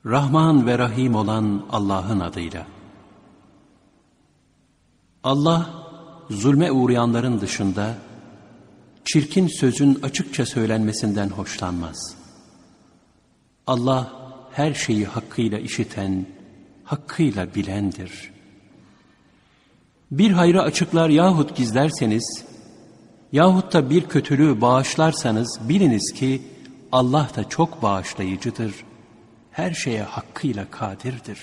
Rahman ve Rahim olan Allah'ın adıyla. Allah, zulme uğrayanların dışında çirkin sözün açıkça söylenmesinden hoşlanmaz. Allah, her şeyi hakkıyla işiten, hakkıyla bilendir. Bir hayrı açıklar yahut gizlerseniz, yahut da bir kötülüğü bağışlarsanız biliniz ki Allah da çok bağışlayıcıdır, her şeye hakkıyla kadirdir.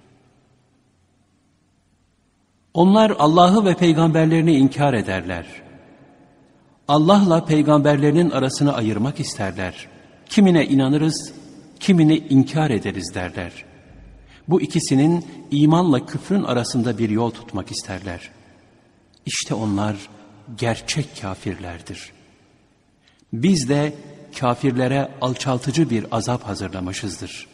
Onlar Allah'ı ve peygamberlerini inkar ederler. Allah'la peygamberlerinin arasını ayırmak isterler. Kimine inanırız, kimini inkar ederiz derler. Bu ikisinin imanla küfrün arasında bir yol tutmak isterler. İşte onlar gerçek kafirlerdir. Biz de kafirlere alçaltıcı bir azap hazırlamışızdır.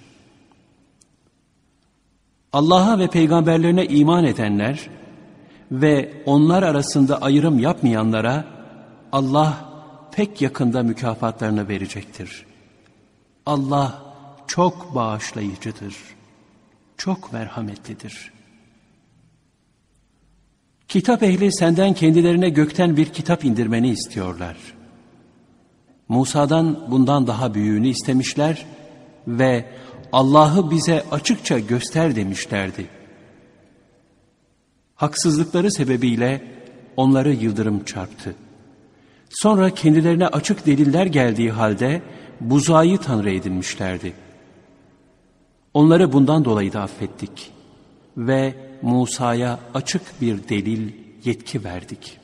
Allah'a ve peygamberlerine iman edenler ve onlar arasında ayrım yapmayanlara Allah pek yakında mükafatlarını verecektir. Allah çok bağışlayıcıdır, çok merhametlidir. Kitap ehli senden kendilerine gökten bir kitap indirmeni istiyorlar. Musa'dan bundan daha büyüğünü istemişler ve Allah'ı bize açıkça göster demişlerdi. Haksızlıkları sebebiyle onları yıldırım çarptı. Sonra kendilerine açık deliller geldiği halde buzağı tanrı edinmişlerdi. Onları bundan dolayı da affettik ve Musa'ya açık bir delil, yetki verdik.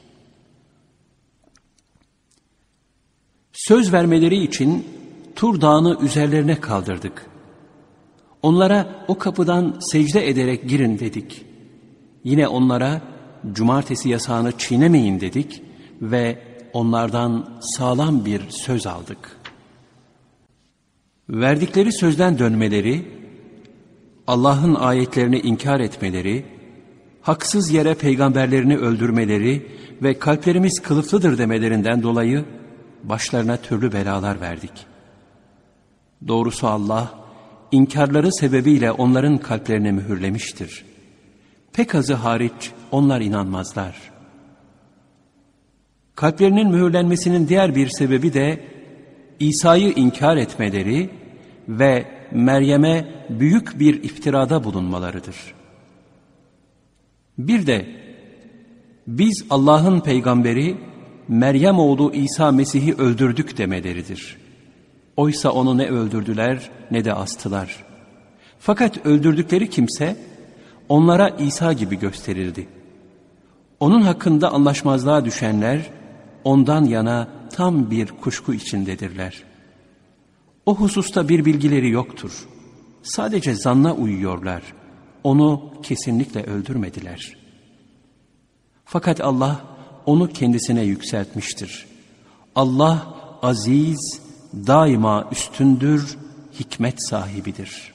Söz vermeleri için Tur Dağı'nı üzerlerine kaldırdık. Onlara o kapıdan secde ederek girin dedik. Yine onlara cumartesi yasağını çiğnemeyin dedik ve onlardan sağlam bir söz aldık. Verdikleri sözden dönmeleri, Allah'ın ayetlerini inkar etmeleri, haksız yere peygamberlerini öldürmeleri ve kalplerimiz kılıflıdır demelerinden dolayı başlarına türlü belalar verdik. Doğrusu Allah, İnkarları sebebiyle onların kalplerini mühürlemiştir. Pek azı hariç onlar inanmazlar. Kalplerinin mühürlenmesinin diğer bir sebebi de İsa'yı inkar etmeleri ve Meryem'e büyük bir iftirada bulunmalarıdır. Bir de biz Allah'ın peygamberi Meryem oğlu İsa Mesih'i öldürdük demeleridir. Oysa onu ne öldürdüler ne de astılar. Fakat öldürdükleri kimse onlara İsa gibi gösterildi. Onun hakkında anlaşmazlığa düşenler ondan yana tam bir kuşku içindedirler. O hususta bir bilgileri yoktur. Sadece zanna uyuyorlar. Onu kesinlikle öldürmediler. Fakat Allah onu kendisine yükseltmiştir. Allah aziz, daima üstündür, hikmet sahibidir.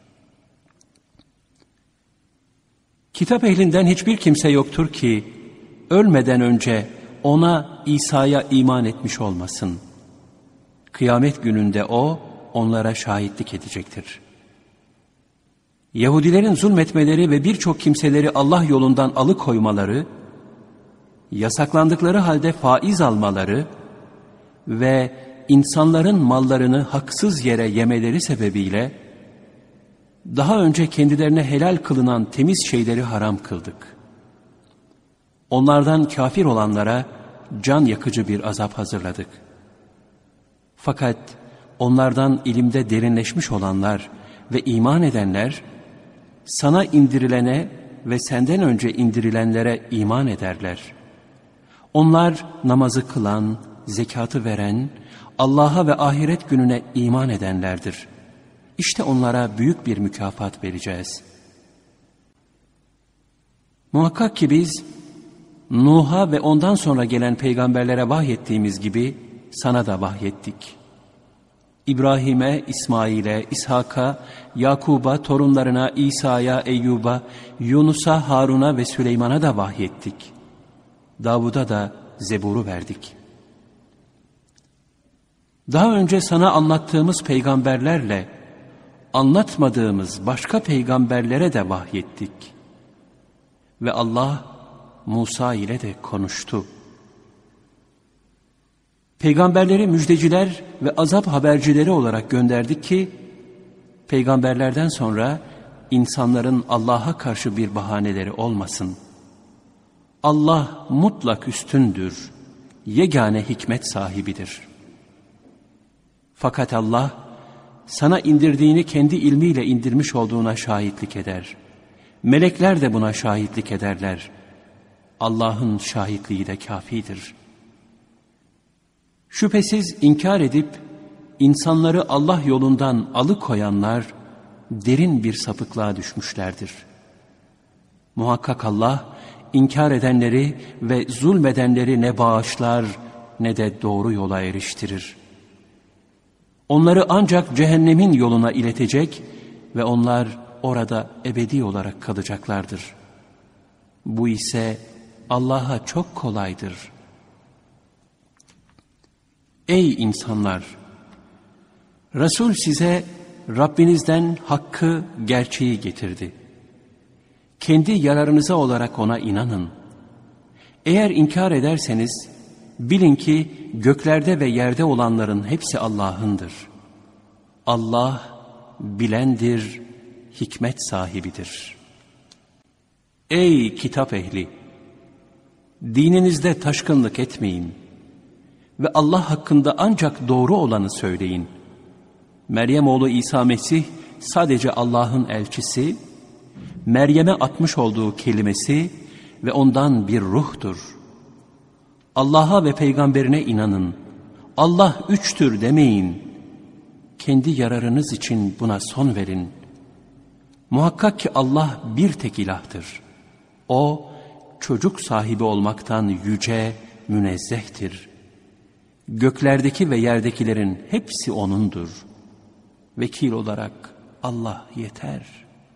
Kitap ehlinden hiçbir kimse yoktur ki ölmeden önce ona, İsa'ya iman etmiş olmasın. Kıyamet gününde o onlara şahitlik edecektir. Yahudilerin zulmetmeleri ve birçok kimseleri Allah yolundan alıkoymaları, yasaklandıkları halde faiz almaları ve insanların mallarını haksız yere yemeleri sebebiyle daha önce kendilerine helal kılınan temiz şeyleri haram kıldık. Onlardan kafir olanlara can yakıcı bir azap hazırladık. Fakat onlardan ilimde derinleşmiş olanlar ve iman edenler sana indirilene ve senden önce indirilenlere iman ederler. Onlar namazı kılan, zekatı veren, Allah'a ve ahiret gününe iman edenlerdir. İşte onlara büyük bir mükafat vereceğiz. Muhakkak ki biz Nuh'a ve ondan sonra gelen peygamberlere vahyettiğimiz gibi sana da vahyettik. İbrahim'e, İsmail'e, İshak'a, Yakub'a, torunlarına, İsa'ya, Eyyub'a, Yunus'a, Harun'a ve Süleyman'a da vahyettik. Davud'a da Zebur'u verdik. Daha önce sana anlattığımız peygamberlerle anlatmadığımız başka peygamberlere de vahyettik. Ve Allah Musa ile de konuştu. Peygamberleri müjdeciler ve azap habercileri olarak gönderdik ki, peygamberlerden sonra insanların Allah'a karşı bir bahaneleri olmasın. Allah mutlak üstündür, yegane hikmet sahibidir. Fakat Allah, sana indirdiğini kendi ilmiyle indirmiş olduğuna şahitlik eder. Melekler de buna şahitlik ederler. Allah'ın şahitliği de kafidir. Şüphesiz inkar edip insanları Allah yolundan alıkoyanlar derin bir sapıklığa düşmüşlerdir. Muhakkak Allah inkar edenleri ve zulmedenleri ne bağışlar ne de doğru yola eriştirir. Onları ancak cehennemin yoluna iletecek ve onlar orada ebedi olarak kalacaklardır. Bu ise Allah'a çok kolaydır. Ey insanlar! Resul size Rabbinizden hakkı, gerçeği getirdi. Kendi yararınıza olarak ona inanın. Eğer inkar ederseniz bilin ki göklerde ve yerde olanların hepsi Allah'ındır. Allah bilendir, hikmet sahibidir. Ey kitap ehli! Dininizde taşkınlık etmeyin ve Allah hakkında ancak doğru olanı söyleyin. Meryem oğlu İsa Mesih sadece Allah'ın elçisi, Meryem'e atmış olduğu kelimesi ve ondan bir ruhtur. Allah'a ve peygamberine inanın. Allah üçtür demeyin. Kendi yararınız için buna son verin. Muhakkak ki Allah bir tek ilahtır. O, çocuk sahibi olmaktan yüce, münezzehtir. Göklerdeki ve yerdekilerin hepsi O'nundur. Vekil olarak Allah yeter.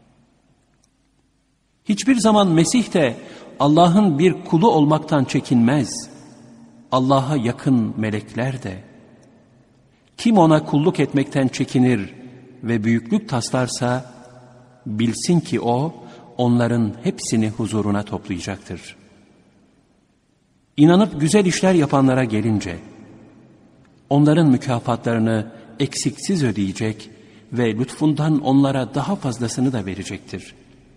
Hiçbir zaman Mesih de Allah'ın bir kulu olmaktan çekinmez. Allah'a yakın melekler de. Kim ona kulluk etmekten çekinir ve büyüklük taslarsa, bilsin ki o, onların hepsini huzuruna toplayacaktır. İnanıp güzel işler yapanlara gelince, onların mükafatlarını eksiksiz ödeyecek ve lütfundan onlara daha fazlasını da verecektir.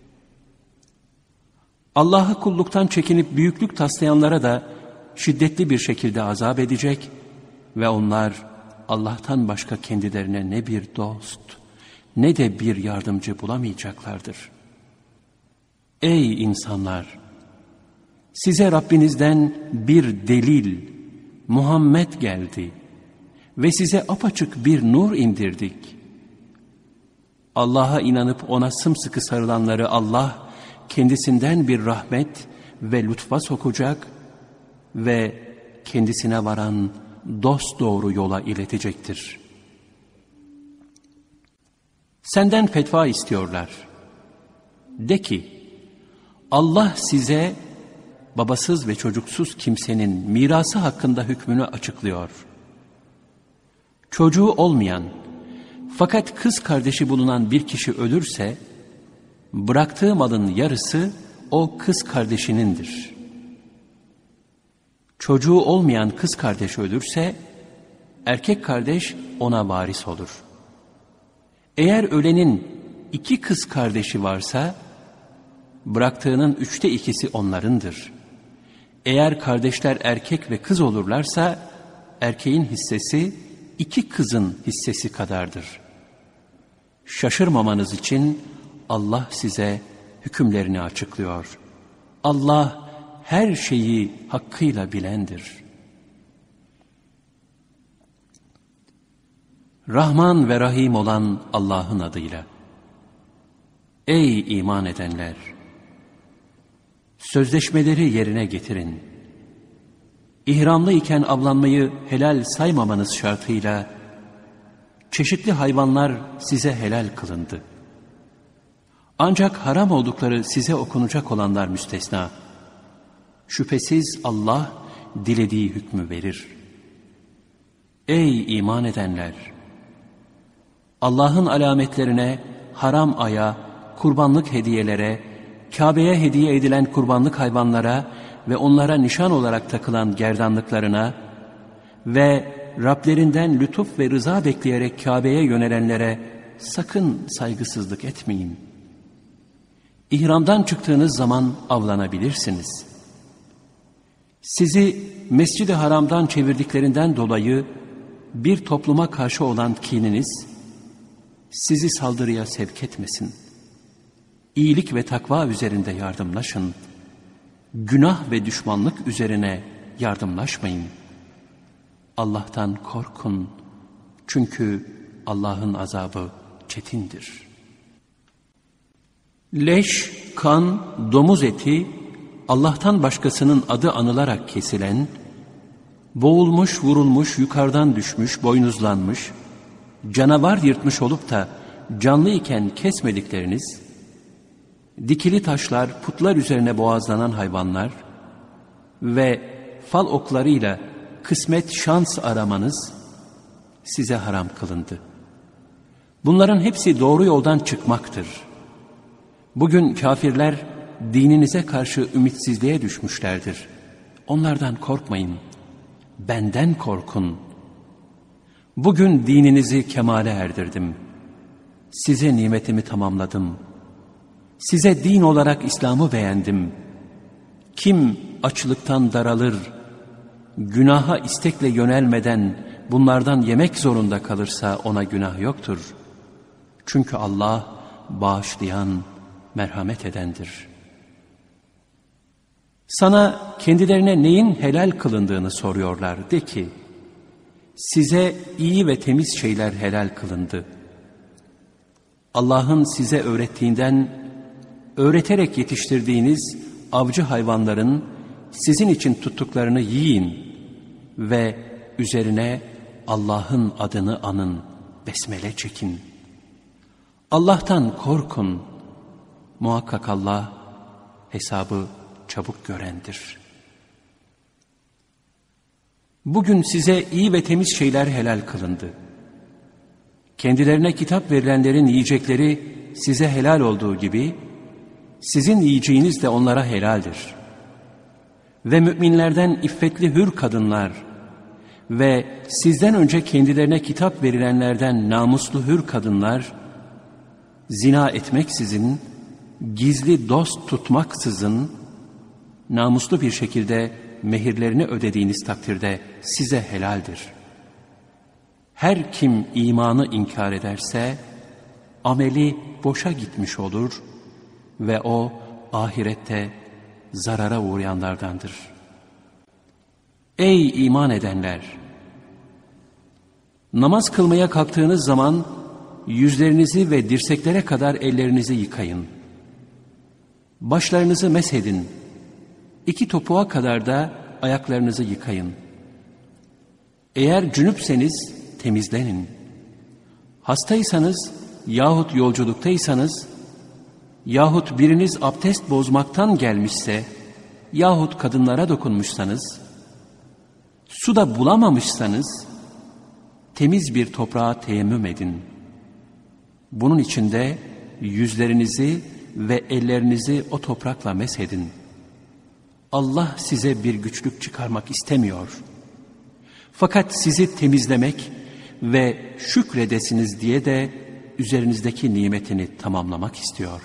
Allah'a kulluktan çekinip büyüklük taslayanlara da şiddetli bir şekilde azap edecek ve onlar Allah'tan başka kendilerine ne bir dost ne de bir yardımcı bulamayacaklardır. Ey insanlar! Size Rabbinizden bir delil, Muhammed geldi ve size apaçık bir nur indirdik. Allah'a inanıp ona sımsıkı sarılanları Allah kendisinden bir rahmet ve lütfa sokacak ve kendisine varan dosdoğru yola iletecektir. Senden fetva istiyorlar. De ki, Allah size babasız ve çocuksuz kimsenin mirası hakkında hükmünü açıklıyor. Çocuğu olmayan fakat kız kardeşi bulunan bir kişi ölürse, bıraktığı malın yarısı o kız kardeşinindir. Çocuğu olmayan kız kardeş ölürse, erkek kardeş ona varis olur. Eğer ölenin 2 kız kardeşi varsa, bıraktığının 2/3 onlarındır. Eğer kardeşler erkek ve kız olurlarsa, erkeğin hissesi 2 kızın hissesi kadardır. Şaşırmamanız için Allah size hükümlerini açıklıyor. Allah her şeyi hakkıyla bilendir. Rahman ve Rahim olan Allah'ın adıyla. Ey iman edenler! Sözleşmeleri yerine getirin. İhramlı iken avlanmayı helal saymamanız şartıyla çeşitli hayvanlar size helal kılındı. Ancak haram oldukları size okunacak olanlar müstesna. Şüphesiz Allah dilediği hükmü verir. Ey iman edenler! Allah'ın alametlerine, haram aya, kurbanlık hediyelere, Kabe'ye hediye edilen kurbanlık hayvanlara ve onlara nişan olarak takılan gerdanlıklarına ve Rablerinden lütuf ve rıza bekleyerek Kabe'ye yönelenlere sakın saygısızlık etmeyin. İhramdan çıktığınız zaman avlanabilirsiniz. Sizi Mescid-i Haram'dan çevirdiklerinden dolayı bir topluma karşı olan kininiz sizi saldırıya sevk etmesin. İyilik ve takva üzerinde yardımlaşın. Günah ve düşmanlık üzerine yardımlaşmayın. Allah'tan korkun. Çünkü Allah'ın azabı çetindir. Leş, kan, domuz eti, Allah'tan başkasının adı anılarak kesilen, boğulmuş, vurulmuş, yukarıdan düşmüş, boynuzlanmış, canavar yırtmış olup da canlı iken kesmedikleriniz, dikili taşlar, putlar üzerine boğazlanan hayvanlar ve fal oklarıyla kısmet şans aramanız size haram kılındı. Bunların hepsi doğru yoldan çıkmaktır. Bugün kafirler dininize karşı ümitsizliğe düşmüşlerdir. Onlardan korkmayın, benden korkun. Bugün dininizi kemale erdirdim. Size nimetimi tamamladım. Size din olarak İslam'ı beğendim. Kim açlıktan daralır, günaha istekle yönelmeden bunlardan yemek zorunda kalırsa ona günah yoktur. Çünkü Allah bağışlayan, merhamet edendir. Sana kendilerine neyin helal kılındığını soruyorlar. De ki, size iyi ve temiz şeyler helal kılındı. Allah'ın size öğrettiğinden, öğreterek yetiştirdiğiniz avcı hayvanların sizin için tuttuklarını yiyin ve üzerine Allah'ın adını anın, besmele çekin. Allah'tan korkun. Muhakkak Allah hesabı çabuk görendir. Bugün size iyi ve temiz şeyler helal kılındı. Kendilerine kitap verilenlerin yiyecekleri size helal olduğu gibi, sizin yiyeceğiniz de onlara helaldir. Ve müminlerden iffetli hür kadınlar ve sizden önce kendilerine kitap verilenlerden namuslu hür kadınlar, zina etmeksizin, gizli dost tutmaksızın, namuslu bir şekilde mehirlerini ödediğiniz takdirde size helaldir. Her kim imanı inkar ederse, ameli boşa gitmiş olur ve o ahirette zarara uğrayanlardandır. Ey iman edenler! Namaz kılmaya kalktığınız zaman yüzlerinizi ve dirseklere kadar ellerinizi yıkayın. Başlarınızı meshedin. 2 topuğa kadar da ayaklarınızı yıkayın. Eğer cünüpseniz temizlenin. Hastaysanız yahut yolculuktaysanız yahut biriniz abdest bozmaktan gelmişse yahut kadınlara dokunmuşsanız, suda bulamamışsanız temiz bir toprağa teyemmüm edin. Bunun için de yüzlerinizi ve ellerinizi o toprakla meshedin. Allah size bir güçlük çıkarmak istemiyor. Fakat sizi temizlemek ve şükredesiniz diye de üzerinizdeki nimetini tamamlamak istiyor.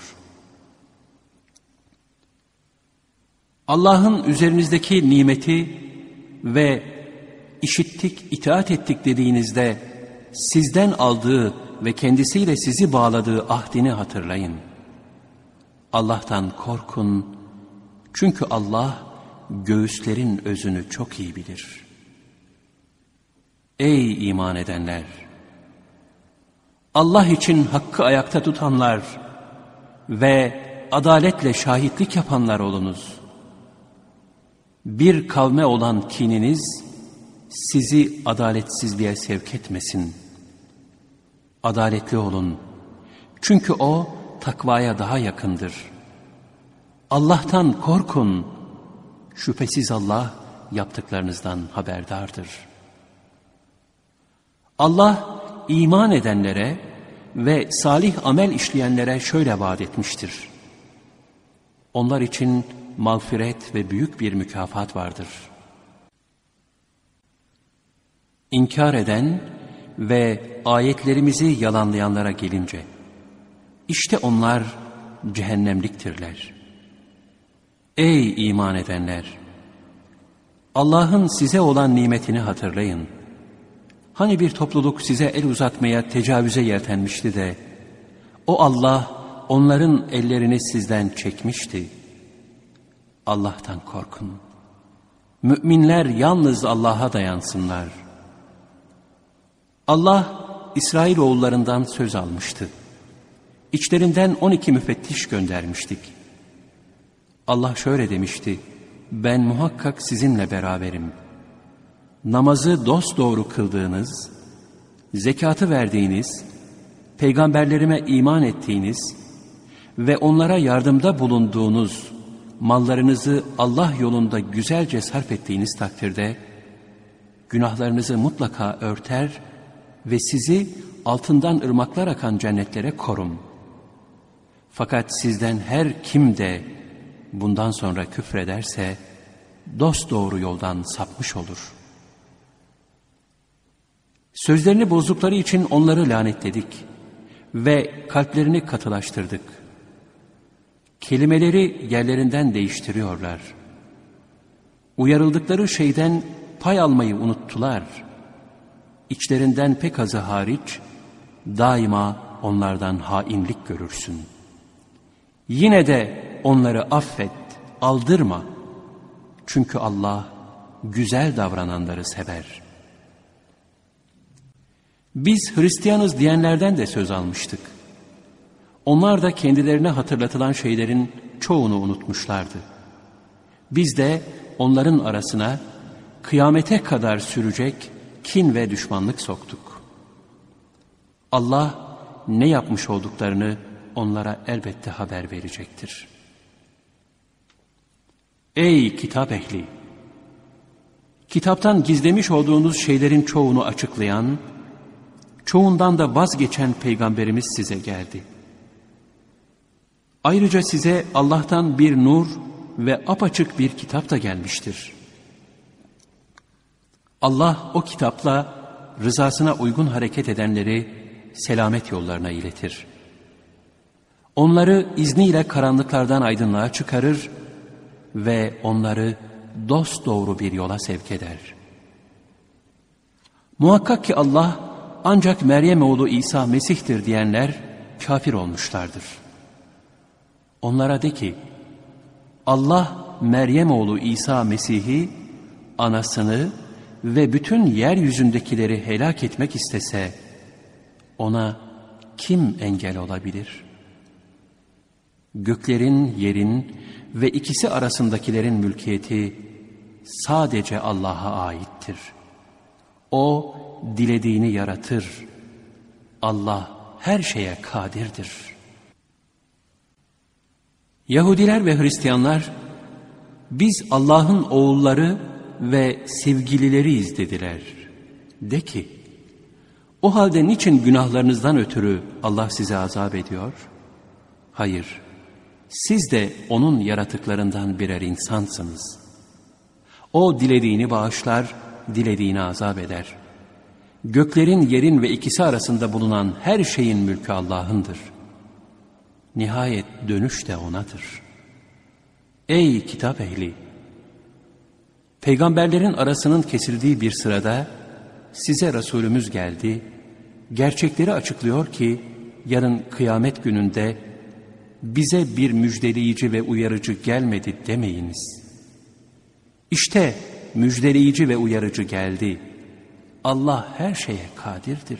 Allah'ın üzerinizdeki nimeti ve işittik, itaat ettik dediğinizde sizden aldığı ve kendisiyle sizi bağladığı ahdini hatırlayın. Allah'tan korkun. Çünkü Allah göğüslerin özünü çok iyi bilir. Ey iman edenler! Allah için hakkı ayakta tutanlar ve adaletle şahitlik yapanlar olunuz. Bir kavme olan kininiz sizi adaletsizliğe sevk etmesin. Adaletli olun. Çünkü o takvaya daha yakındır. Allah'tan korkun. Şüphesiz Allah yaptıklarınızdan haberdardır. Allah iman edenlere ve salih amel işleyenlere şöyle vaat etmiştir. Onlar için mağfiret ve büyük bir mükafat vardır. İnkar eden ve ayetlerimizi yalanlayanlara gelince, işte onlar cehennemliktirler. Ey iman edenler! Allah'ın size olan nimetini hatırlayın. Hani bir topluluk size el uzatmaya tecavüze yeltenmişti de, o Allah onların ellerini sizden çekmişti. Allah'tan korkun. Müminler yalnız Allah'a dayansınlar. Allah İsrailoğullarından söz almıştı. İçlerinden 12 müfettiş göndermiştik. Allah şöyle demişti: ben muhakkak sizinle beraberim. Namazı dosdoğru kıldığınız, zekatı verdiğiniz, peygamberlerime iman ettiğiniz ve onlara yardımda bulunduğunuz, mallarınızı Allah yolunda güzelce sarf ettiğiniz takdirde, günahlarınızı mutlaka örter ve sizi altından ırmaklar akan cennetlere korum. Fakat sizden her kim de bundan sonra küfrederse, dosdoğru yoldan sapmış olur. Sözlerini bozdukları için onları lanetledik ve kalplerini katılaştırdık. Kelimeleri yerlerinden değiştiriyorlar. Uyarıldıkları şeyden pay almayı unuttular. İçlerinden pek azı hariç, daima onlardan hainlik görürsün. Yine de onları affet, aldırma. Çünkü Allah güzel davrananları sever. Biz Hristiyanız diyenlerden de söz almıştık. Onlar da kendilerine hatırlatılan şeylerin çoğunu unutmuşlardı. Biz de onların arasına kıyamete kadar sürecek kin ve düşmanlık soktuk. Allah ne yapmış olduklarını onlara elbette haber verecektir. Ey kitap ehli! Kitaptan gizlemiş olduğunuz şeylerin çoğunu açıklayan, çoğundan da vazgeçen peygamberimiz size geldi. Ayrıca size Allah'tan bir nur ve apaçık bir kitap da gelmiştir. Allah o kitapla rızasına uygun hareket edenleri selamet yollarına iletir. Onları izniyle karanlıklardan aydınlığa çıkarır ve onları dosdoğru bir yola sevk eder. Muhakkak ki Allah ancak Meryem oğlu İsa Mesih'tir diyenler kafir olmuşlardır. Onlara de ki, Allah Meryem oğlu İsa Mesih'i, anasını ve bütün yeryüzündekileri helak etmek istese, ona kim engel olabilir? Göklerin, yerin ve ikisi arasındakilerin mülkiyeti sadece Allah'a aittir. O dilediğini yaratır. Allah her şeye kadirdir. Yahudiler ve Hristiyanlar, biz Allah'ın oğulları ve sevgilileriyiz dediler. De ki, o halde niçin günahlarınızdan ötürü Allah size azap ediyor? Hayır, siz de onun yaratıklarından birer insansınız. O dilediğini bağışlar, dilediğini azap eder. Göklerin, yerin ve ikisi arasında bulunan her şeyin mülkü Allah'ındır. Nihayet dönüş de O'nadır. Ey kitap ehli! Peygamberlerin arasının kesildiği bir sırada size Resulümüz geldi, gerçekleri açıklıyor ki yarın kıyamet gününde bize bir müjdeleyici ve uyarıcı gelmedi demeyiniz. İşte müjdeleyici ve uyarıcı geldi. Allah her şeye kadirdir.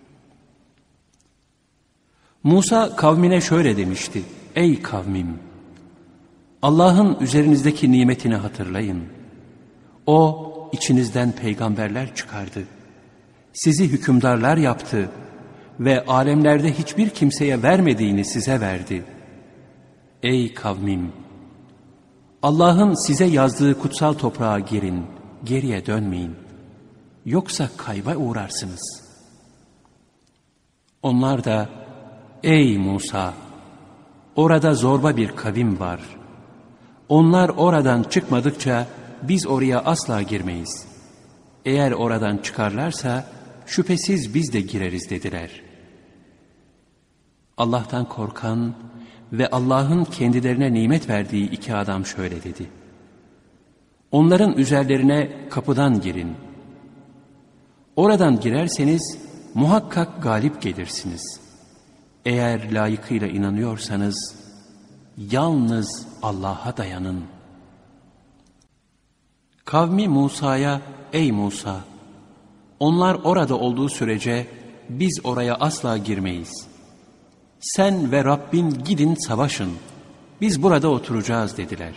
Musa kavmine şöyle demişti: ey kavmim! Allah'ın üzerinizdeki nimetini hatırlayın. O içinizden peygamberler çıkardı. Sizi hükümdarlar yaptı ve alemlerde hiçbir kimseye vermediğini size verdi. Ey kavmim! Allah'ın size yazdığı kutsal toprağa girin, geriye dönmeyin. Yoksa kayba uğrarsınız. Onlar da, ey Musa, orada zorba bir kavim var. Onlar oradan çıkmadıkça biz oraya asla girmeyiz. Eğer oradan çıkarlarsa şüphesiz biz de gireriz dediler. Allah'tan korkan ve Allah'ın kendilerine nimet verdiği iki adam şöyle dedi: onların üzerlerine kapıdan girin. Oradan girerseniz muhakkak galip gelirsiniz. Eğer layıkıyla inanıyorsanız yalnız Allah'a dayanın. Kavmi Musa'ya, ey Musa, onlar orada olduğu sürece biz oraya asla girmeyiz. Sen ve Rabbin gidin savaşın, biz burada oturacağız dediler.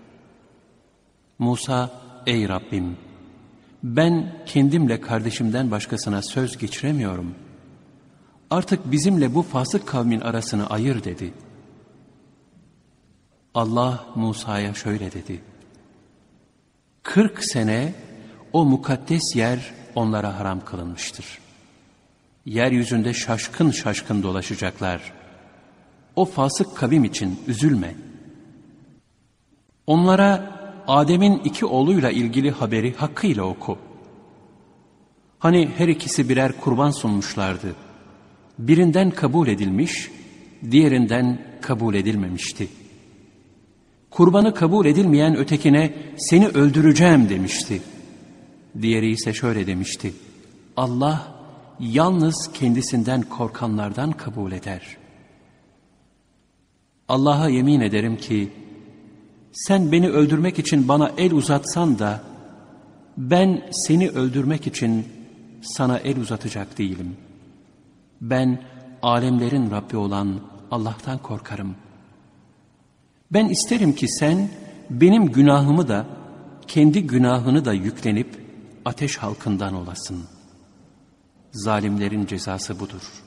Musa, ey Rabbim, ben kendimle kardeşimden başkasına söz geçiremiyorum. Artık bizimle bu fasık kavmin arasını ayır dedi. Allah Musa'ya şöyle dedi: 40 sene o mukaddes yer onlara haram kılınmıştır. Yeryüzünde şaşkın şaşkın dolaşacaklar. O fasık kavim için üzülme. Onlara Adem'in 2 oğluyla ilgili haberi hakkıyla oku. Hani her ikisi birer kurban sunmuşlardı. Birinden kabul edilmiş, diğerinden kabul edilmemişti. Kurbanı kabul edilmeyen ötekine seni öldüreceğim demişti. Diğeri ise şöyle demişti: Allah yalnız kendisinden korkanlardan kabul eder. Allah'a yemin ederim ki sen beni öldürmek için bana el uzatsan da ben seni öldürmek için sana el uzatacak değilim. Ben alemlerin Rabbi olan Allah'tan korkarım. Ben isterim ki sen benim günahımı da kendi günahını da yüklenip ateş halkından olasın. Zalimlerin cezası budur.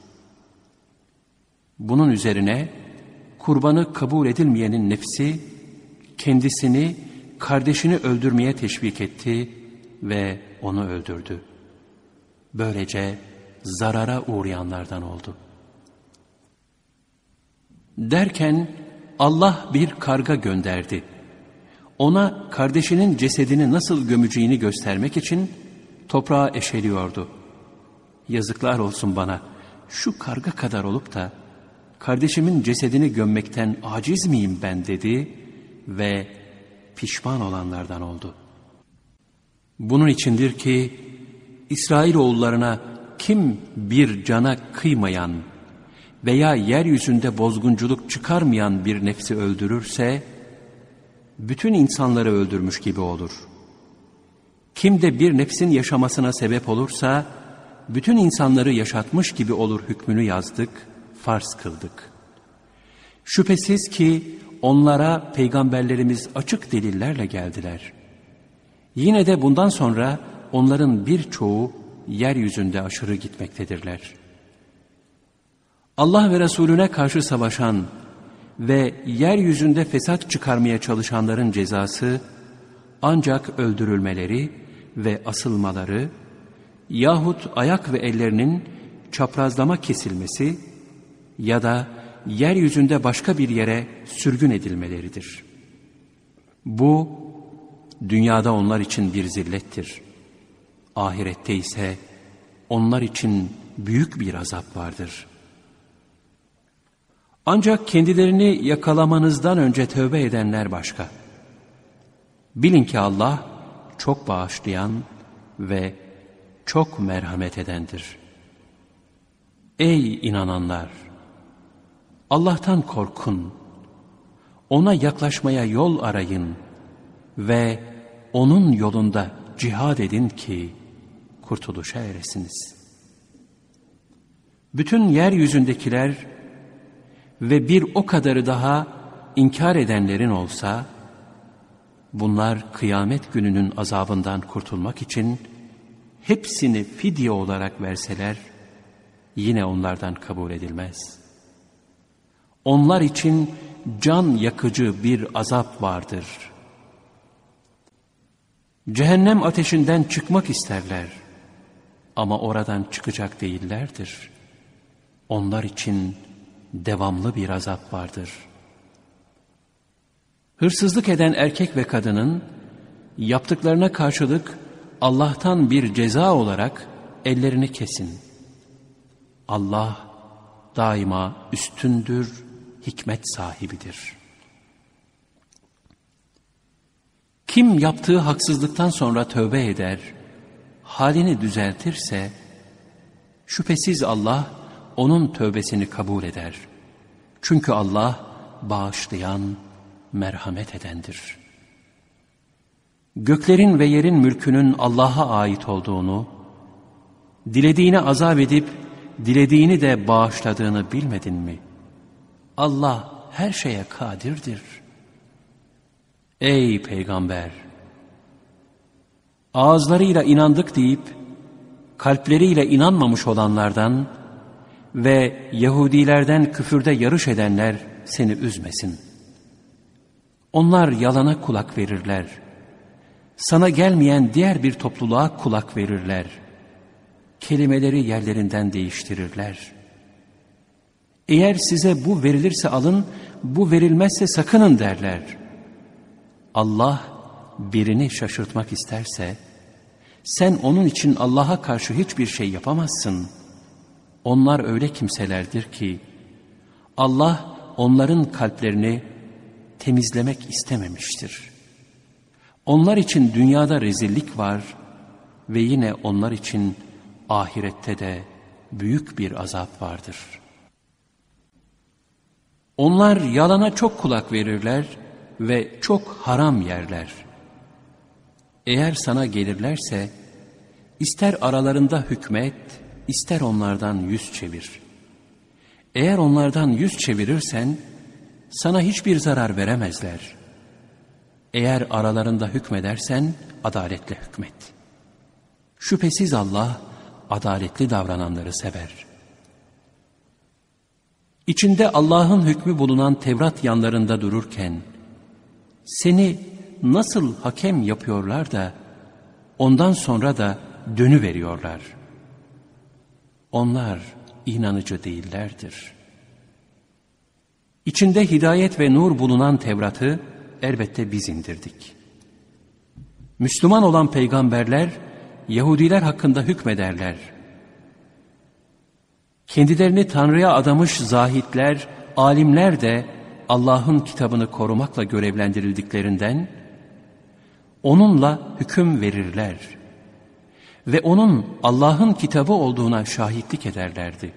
Bunun üzerine kurbanı kabul edilmeyenin nefsi kendisini, kardeşini öldürmeye teşvik etti ve onu öldürdü. Böylece zarara uğrayanlardan oldu. Derken Allah bir karga gönderdi. Ona kardeşinin cesedini nasıl gömeceğini göstermek için toprağa eşeliyordu. Yazıklar olsun bana, şu karga kadar olup da kardeşimin cesedini gömmekten aciz miyim ben dedi ve pişman olanlardan oldu. Bunun içindir ki İsrailoğullarına kim bir cana kıymayan veya yeryüzünde bozgunculuk çıkarmayan bir nefsi öldürürse bütün insanları öldürmüş gibi olur. Kim de bir nefsin yaşamasına sebep olursa bütün insanları yaşatmış gibi olur hükmünü yazdık, farz kıldık. Şüphesiz ki onlara peygamberlerimiz açık delillerle geldiler. Yine de bundan sonra onların birçoğu yeryüzünde aşırı gitmektedirler. Allah ve Resulüne karşı savaşan ve yeryüzünde fesat çıkarmaya çalışanların cezası ancak öldürülmeleri ve asılmaları yahut ayak ve ellerinin çaprazlama kesilmesi ya da yeryüzünde başka bir yere sürgün edilmeleridir. Bu dünyada onlar için bir zillettir. Ahirette ise onlar için büyük bir azap vardır. Ancak kendilerini yakalamanızdan önce tövbe edenler başka. Bilin ki Allah çok bağışlayan ve çok merhamet edendir. Ey inananlar! Allah'tan korkun, ona yaklaşmaya yol arayın ve onun yolunda cihad edin ki kurtuluşa eresiniz. Bütün yeryüzündekiler ve bir o kadarı daha inkar edenlerin olsa, bunlar kıyamet gününün azabından kurtulmak için hepsini fidye olarak verseler, yine onlardan kabul edilmez. Onlar için can yakıcı bir azap vardır. Cehennem ateşinden çıkmak isterler ama oradan çıkacak değillerdir. onlar için devamlı bir azap vardır. Hırsızlık eden erkek ve kadının yaptıklarına karşılık Allah'tan bir ceza olarak ellerini kesin. Allah daima üstündür, hikmet sahibidir. Kim yaptığı haksızlıktan sonra tövbe eder, halini düzeltirse, şüphesiz Allah onun tövbesini kabul eder. Çünkü Allah bağışlayan, merhamet edendir. Göklerin ve yerin mülkünün Allah'a ait olduğunu, dilediğini azap edip, dilediğini de bağışladığını bilmedin mi? Allah her şeye kadirdir. Ey Peygamber! Ağızlarıyla inandık deyip, kalpleriyle inanmamış olanlardan ve Yahudilerden küfürde yarış edenler seni üzmesin. Onlar yalana kulak verirler. Sana gelmeyen diğer bir topluluğa kulak verirler. Kelimeleri yerlerinden değiştirirler. Eğer size bu verilirse alın, bu verilmezse sakının derler. Allah birini şaşırtmak isterse, sen onun için Allah'a karşı hiçbir şey yapamazsın. Onlar öyle kimselerdir ki, Allah onların kalplerini temizlemek istememiştir. Onlar için dünyada rezillik var ve yine onlar için ahirette de büyük bir azap vardır. Onlar yalana çok kulak verirler ve çok haram yerler. Eğer sana gelirlerse, ister aralarında hükmet, ister onlardan yüz çevir. Eğer onlardan yüz çevirirsen, sana hiçbir zarar veremezler. Eğer aralarında hükmedersen, adaletle hükmet. Şüphesiz Allah, adaletli davrananları sever. İçinde Allah'ın hükmü bulunan Tevrat yanlarında dururken, seni nasıl hakem yapıyorlar da, ondan sonra da dönüveriyorlar. Onlar inanıcı değillerdir. İçinde hidayet ve nur bulunan Tevrat'ı elbette biz indirdik. Müslüman olan peygamberler, Yahudiler hakkında hükmederler. Kendilerini Tanrı'ya adamış zahitler, alimler de Allah'ın kitabını korumakla görevlendirildiklerinden, onunla hüküm verirler ve onun Allah'ın kitabı olduğuna şahitlik ederlerdi.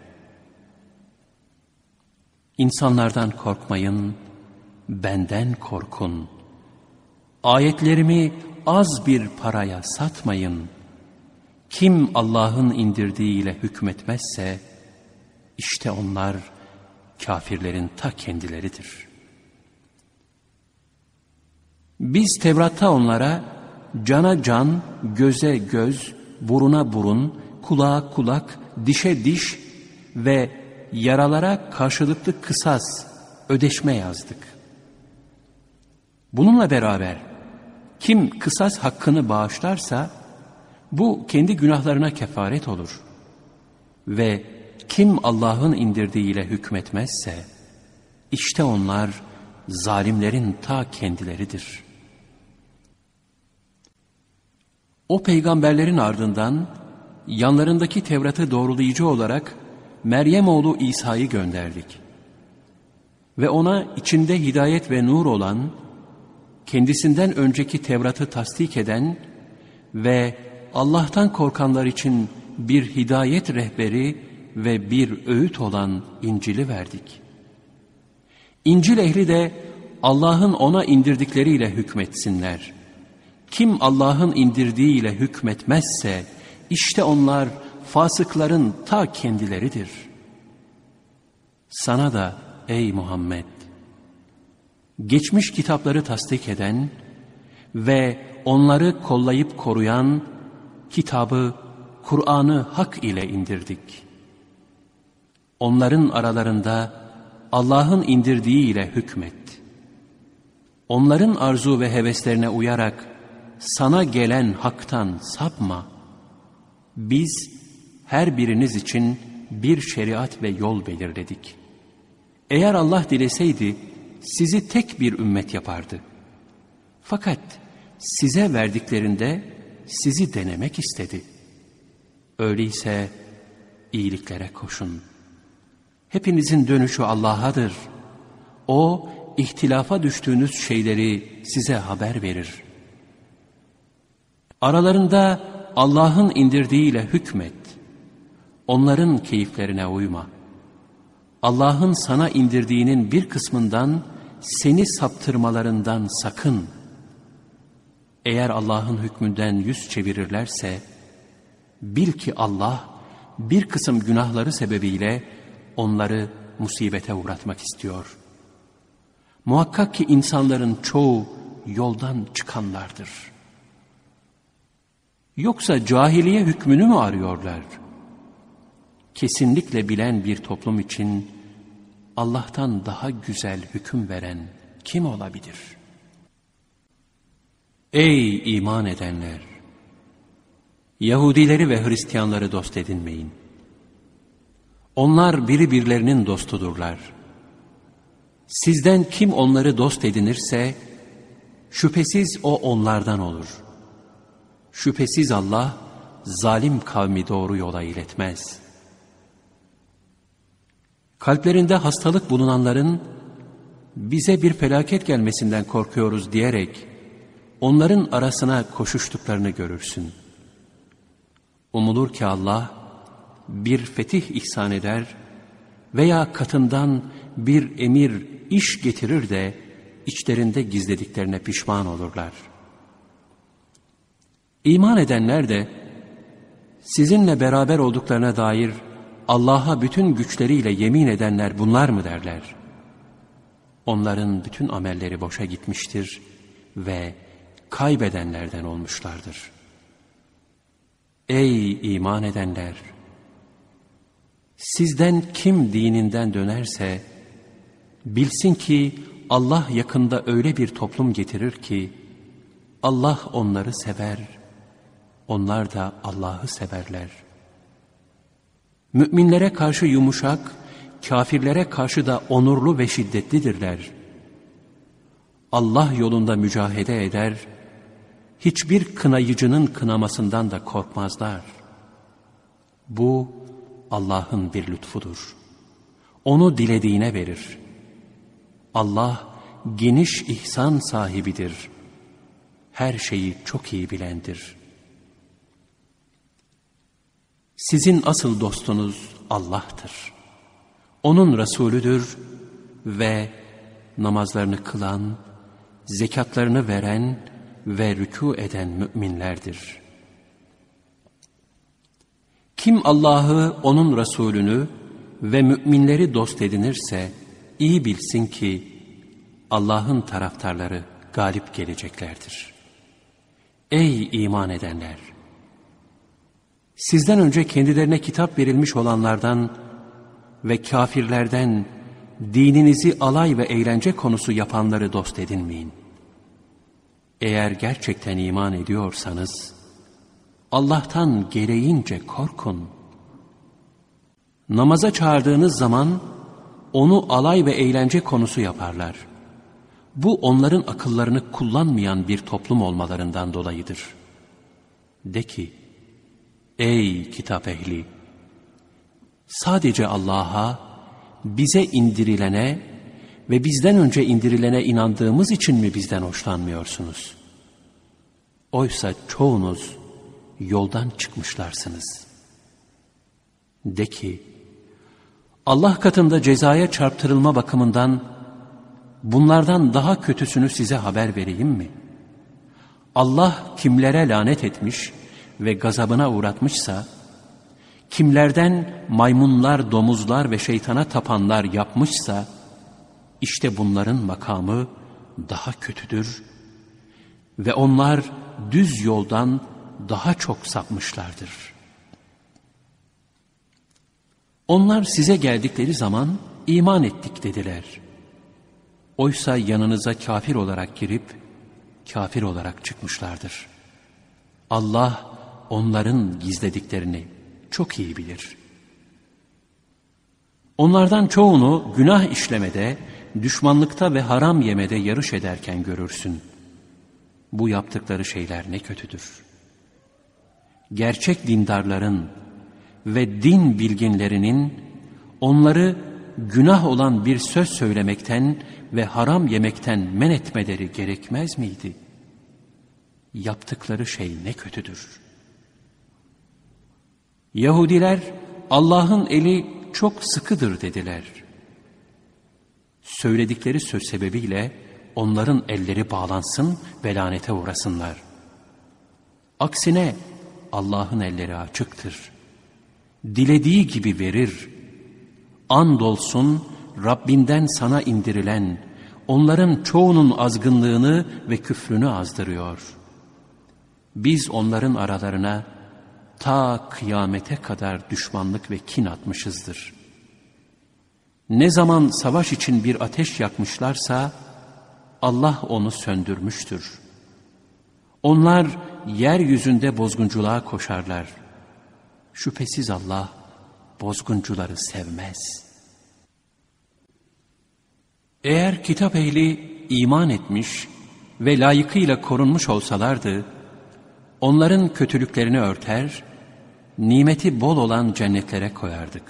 İnsanlardan korkmayın, benden korkun. Ayetlerimi az bir paraya satmayın. Kim Allah'ın indirdiğiyle hükmetmezse, işte onlar kafirlerin ta kendileridir. Biz Tevrat'ta onlara cana can, göze göz, buruna burun, kulağa kulak, dişe diş ve yaralara karşılıklı kısas, ödeşme yazdık. Bununla beraber kim kısas hakkını bağışlarsa bu kendi günahlarına kefaret olur. Ve kim Allah'ın indirdiğiyle hükmetmezse işte onlar zalimlerin ta kendileridir. O peygamberlerin ardından yanlarındaki Tevrat'ı doğrulayıcı olarak Meryem oğlu İsa'yı gönderdik. Ve ona içinde hidayet ve nur olan, kendisinden önceki Tevrat'ı tasdik eden ve Allah'tan korkanlar için bir hidayet rehberi ve bir öğüt olan İncil'i verdik. İncil ehli de Allah'ın ona indirdikleriyle hükmetsinler. Kim Allah'ın indirdiğiyle hükmetmezse işte onlar fasıkların ta kendileridir. Sana da ey Muhammed, geçmiş kitapları tasdik eden ve onları kollayıp koruyan kitabı, Kur'an'ı hak ile indirdik. Onların aralarında Allah'ın indirdiği ile hükmet. Onların arzu ve heveslerine uyarak sana gelen haktan sapma. Biz her biriniz için bir şeriat ve yol belirledik. Eğer Allah dileseydi sizi tek bir ümmet yapardı. Fakat size verdiklerinde sizi denemek istedi. Öyleyse iyiliklere koşun. Hepinizin dönüşü Allah'adır. O, ihtilafa düştüğünüz şeyleri size haber verir. Aralarında Allah'ın indirdiğiyle hükmet. Onların keyiflerine uyma. Allah'ın sana indirdiğinin bir kısmından seni saptırmalarından sakın. Eğer Allah'ın hükmünden yüz çevirirlerse, bil ki Allah bir kısım günahları sebebiyle onları musibete uğratmak istiyor. Muhakkak ki insanların çoğu yoldan çıkanlardır. Yoksa cahiliye hükmünü mü arıyorlar? Kesinlikle bilen bir toplum için Allah'tan daha güzel hüküm veren kim olabilir? Ey iman edenler! Yahudileri ve Hristiyanları dost edinmeyin. Onlar birbirlerinin dostudurlar. Sizden kim onları dost edinirse, şüphesiz o onlardan olur. Şüphesiz Allah, zalim kavmi doğru yola iletmez. Kalplerinde hastalık bulunanların, bize bir felaket gelmesinden korkuyoruz diyerek, onların arasına koşuştuklarını görürsün. Umulur ki Allah, bir fetih ihsan eder veya katından bir emir, iş getirir de, içlerinde gizlediklerine pişman olurlar. İman edenler de, sizinle beraber olduklarına dair Allah'a bütün güçleriyle yemin edenler bunlar mı derler? Onların bütün amelleri boşa gitmiştir ve kaybedenlerden olmuşlardır. Ey iman edenler! Sizden kim dininden dönerse, bilsin ki Allah yakında öyle bir toplum getirir ki, Allah onları sever, onlar da Allah'ı severler. Müminlere karşı yumuşak, kafirlere karşı da onurlu ve şiddetlidirler. Allah yolunda mücahede eder, hiçbir kınayıcının kınamasından da korkmazlar. Bu Allah'ın bir lütfudur. Onu dilediğine verir. Allah geniş ihsan sahibidir. Her şeyi çok iyi bilendir. Sizin asıl dostunuz Allah'tır. O'nun Resulüdür ve namazlarını kılan, zekatlarını veren ve rükû eden müminlerdir. Kim Allah'ı, O'nun Resulünü ve müminleri dost edinirse, iyi bilsin ki Allah'ın taraftarları galip geleceklerdir. Ey iman edenler! Sizden önce kendilerine kitap verilmiş olanlardan ve kafirlerden dininizi alay ve eğlence konusu yapanları dost edinmeyin. Eğer gerçekten iman ediyorsanız, Allah'tan gereğince korkun. Namaza çağırdığınız zaman onu alay ve eğlence konusu yaparlar. Bu onların akıllarını kullanmayan bir toplum olmalarından dolayıdır. De ki, ey kitap ehli! Sadece Allah'a, bize indirilene ve bizden önce indirilene inandığımız için mi bizden hoşlanmıyorsunuz? Oysa çoğunuz yoldan çıkmışlarsınız. De ki, Allah katında cezaya çarptırılma bakımından bunlardan daha kötüsünü size haber vereyim mi? Allah kimlere lanet etmiş ve gazabına uğratmışsa, kimlerden maymunlar, domuzlar ve şeytana tapanlar yapmışsa, işte bunların makamı daha kötüdür ve onlar düz yoldan daha çok sapmışlardır. Onlar size geldikleri zaman iman ettik dediler. Oysa yanınıza kafir olarak girip kafir olarak çıkmışlardır. Allah onların gizlediklerini çok iyi bilir. Onlardan çoğunu günah işlemede, düşmanlıkta ve haram yemede yarış ederken görürsün. Bu yaptıkları şeyler ne kötüdür. Gerçek dindarların ve din bilginlerinin onları günah olan bir söz söylemekten ve haram yemekten men etmeleri gerekmez miydi? Yaptıkları şey ne kötüdür. Yahudiler Allah'ın eli çok sıkıdır dediler. Söyledikleri söz sebebiyle onların elleri bağlansın ve lanete uğrasınlar. Aksine Allah'ın elleri açıktır. Dilediği gibi verir. Andolsun Rabbinden sana indirilen, onların çoğunun azgınlığını ve küfrünü azdırıyor. Biz onların aralarına ta kıyamete kadar düşmanlık ve kin atmışızdır. Ne zaman savaş için bir ateş yakmışlarsa, Allah onu söndürmüştür. Onlar yeryüzünde bozgunculuğa koşarlar. Şüphesiz Allah bozguncuları sevmez. Eğer kitap ehli iman etmiş ve layıkıyla korunmuş olsalardı, onların kötülüklerini örter, nimeti bol olan cennetlere koyardık.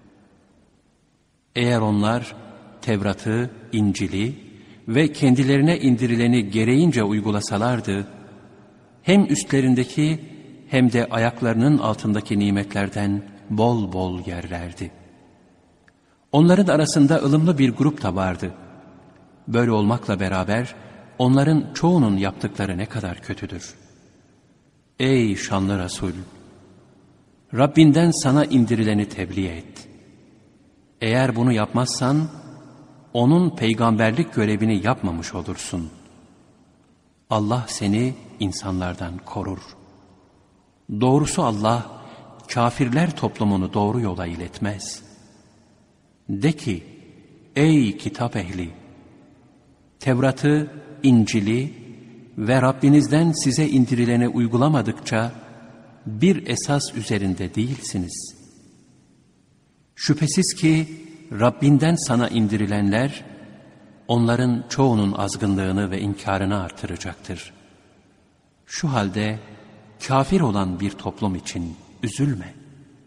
Eğer onlar Tevrat'ı, İncil'i ve kendilerine indirileni gereğince uygulasalardı, hem üstlerindeki hem de ayaklarının altındaki nimetlerden bol bol yerlerdi. Onların arasında ılımlı bir grup da vardı. Böyle olmakla beraber onların çoğunun yaptıkları ne kadar kötüdür. Ey şanlı Resul! Rabbinden sana indirileni tebliğ et. Eğer bunu yapmazsan, onun peygamberlik görevini yapmamış olursun. Allah seni insanlardan korur. Doğrusu Allah, kafirler toplumunu doğru yola iletmez. De ki, ey kitap ehli! Tevrat'ı, İncil'i ve Rabbinizden size indirileni uygulamadıkça bir esas üzerinde değilsiniz. Şüphesiz ki Rabbinden sana indirilenler onların çoğunun azgınlığını ve inkarını artıracaktır. Şu halde kafir olan bir toplum için üzülme.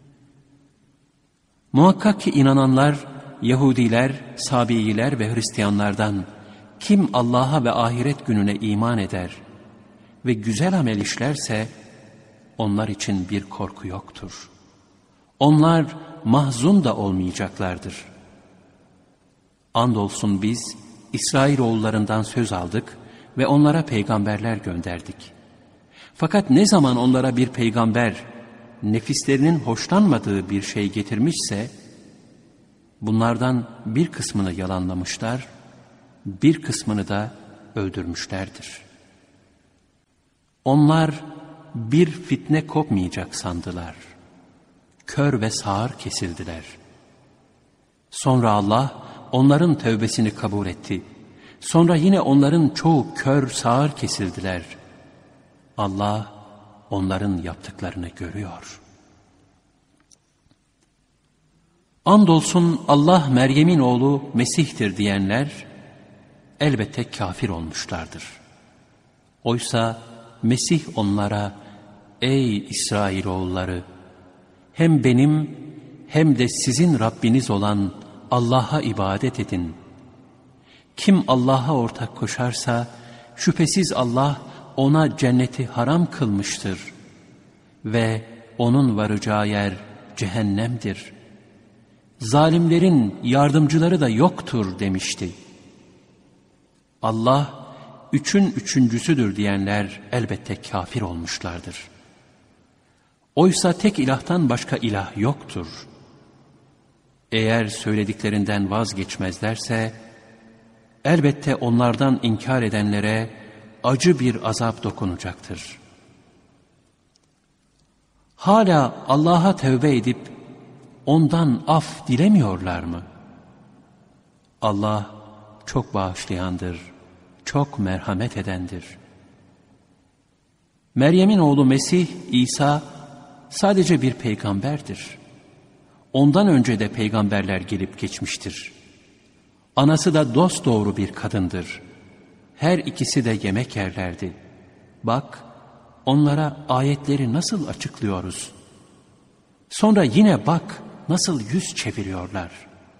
Muhakkak ki inananlar, Yahudiler, Sabiiler ve Hristiyanlardan kim Allah'a ve ahiret gününe iman eder ve güzel amel işlerse onlar için bir korku yoktur. Onlar mahzun da olmayacaklardır. Andolsun biz İsrailoğullarından söz aldık ve onlara peygamberler gönderdik. Fakat ne zaman onlara bir peygamber nefislerinin hoşlanmadığı bir şey getirmişse, bunlardan bir kısmını yalanlamışlar, bir kısmını da öldürmüşlerdir. Onlar bir fitne kopmayacak sandılar. Kör ve sağır kesildiler. Sonra Allah onların tövbesini kabul etti. Sonra yine onların çoğu kör sağır kesildiler. Allah onların yaptıklarını görüyor. Andolsun Allah Meryem'in oğlu Mesih'tir diyenler elbette kafir olmuşlardır. Oysa Mesih onlara, ey İsrailoğulları, hem benim hem de sizin Rabbiniz olan Allah'a ibadet edin. Kim Allah'a ortak koşarsa şüphesiz Allah ona cenneti haram kılmıştır ve onun varacağı yer cehennemdir. Zalimlerin yardımcıları da yoktur demişti. Allah üçün üçüncüsüdür diyenler elbette kafir olmuşlardır. Oysa tek ilahtan başka ilah yoktur. Eğer söylediklerinden vazgeçmezlerse, elbette onlardan inkar edenlere acı bir azap dokunacaktır. Hala Allah'a tövbe edip ondan af dilemiyorlar mı? Allah çok bağışlayandır, çok merhamet edendir. Meryem'in oğlu Mesih, İsa sadece bir peygamberdir. ondan önce de peygamberler gelip geçmiştir. Anası da dosdoğru bir kadındır. Her ikisi de yemek yerlerdi. Bak, onlara ayetleri nasıl açıklıyoruz. Sonra yine bak, nasıl yüz çeviriyorlar.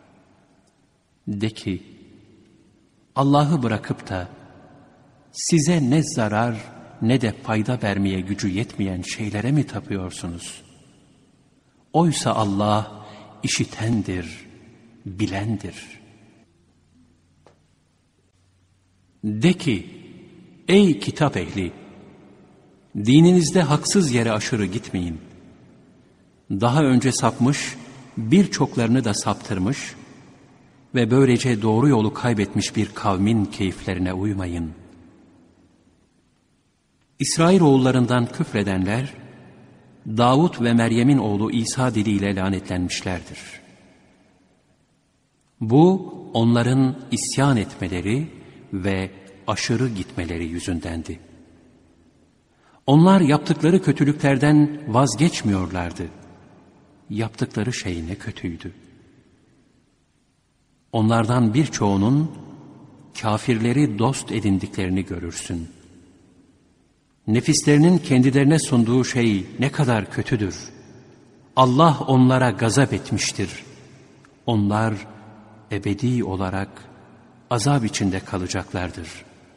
De ki, Allah'ı bırakıp da size ne zarar ne de fayda vermeye gücü yetmeyen şeylere mi tapıyorsunuz? Oysa Allah işitendir, bilendir. De ki, ey kitap ehli! Dininizde haksız yere aşırı gitmeyin. Daha önce sapmış, birçoklarını da saptırmış ve böylece doğru yolu kaybetmiş bir kavmin keyiflerine uymayın. İsrailoğullarından küfredenler, Davud ve Meryem'in oğlu İsa diliyle lanetlenmişlerdir. Bu, onların isyan etmeleri ve aşırı gitmeleri yüzündendi. Onlar yaptıkları kötülüklerden vazgeçmiyorlardı. Yaptıkları şey ne kötüydü. Onlardan birçoğunun kafirleri dost edindiklerini görürsün. Nefislerinin kendilerine sunduğu şey ne kadar kötüdür. Allah onlara gazap etmiştir. Onlar ebedi olarak azap içinde kalacaklardır.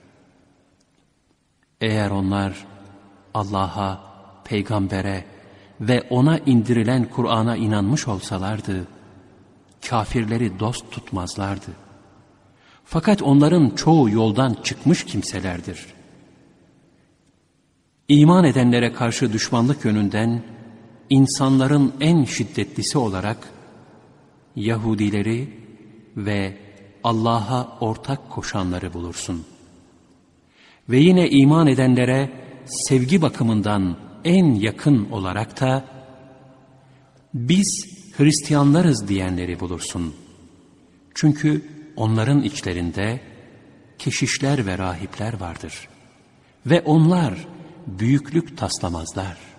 Eğer onlar Allah'a, peygambere ve ona indirilen Kur'an'a inanmış olsalardı, kafirleri dost tutmazlardı. Fakat onların çoğu yoldan çıkmış kimselerdir. İman edenlere karşı düşmanlık yönünden insanların en şiddetlisi olarak Yahudileri ve Allah'a ortak koşanları bulursun. Ve yine iman edenlere sevgi bakımından en yakın olarak da biz Hristiyanlarız diyenleri bulursun. Çünkü onların içlerinde keşişler ve rahipler vardır. Ve onlar büyüklük taslamazlar.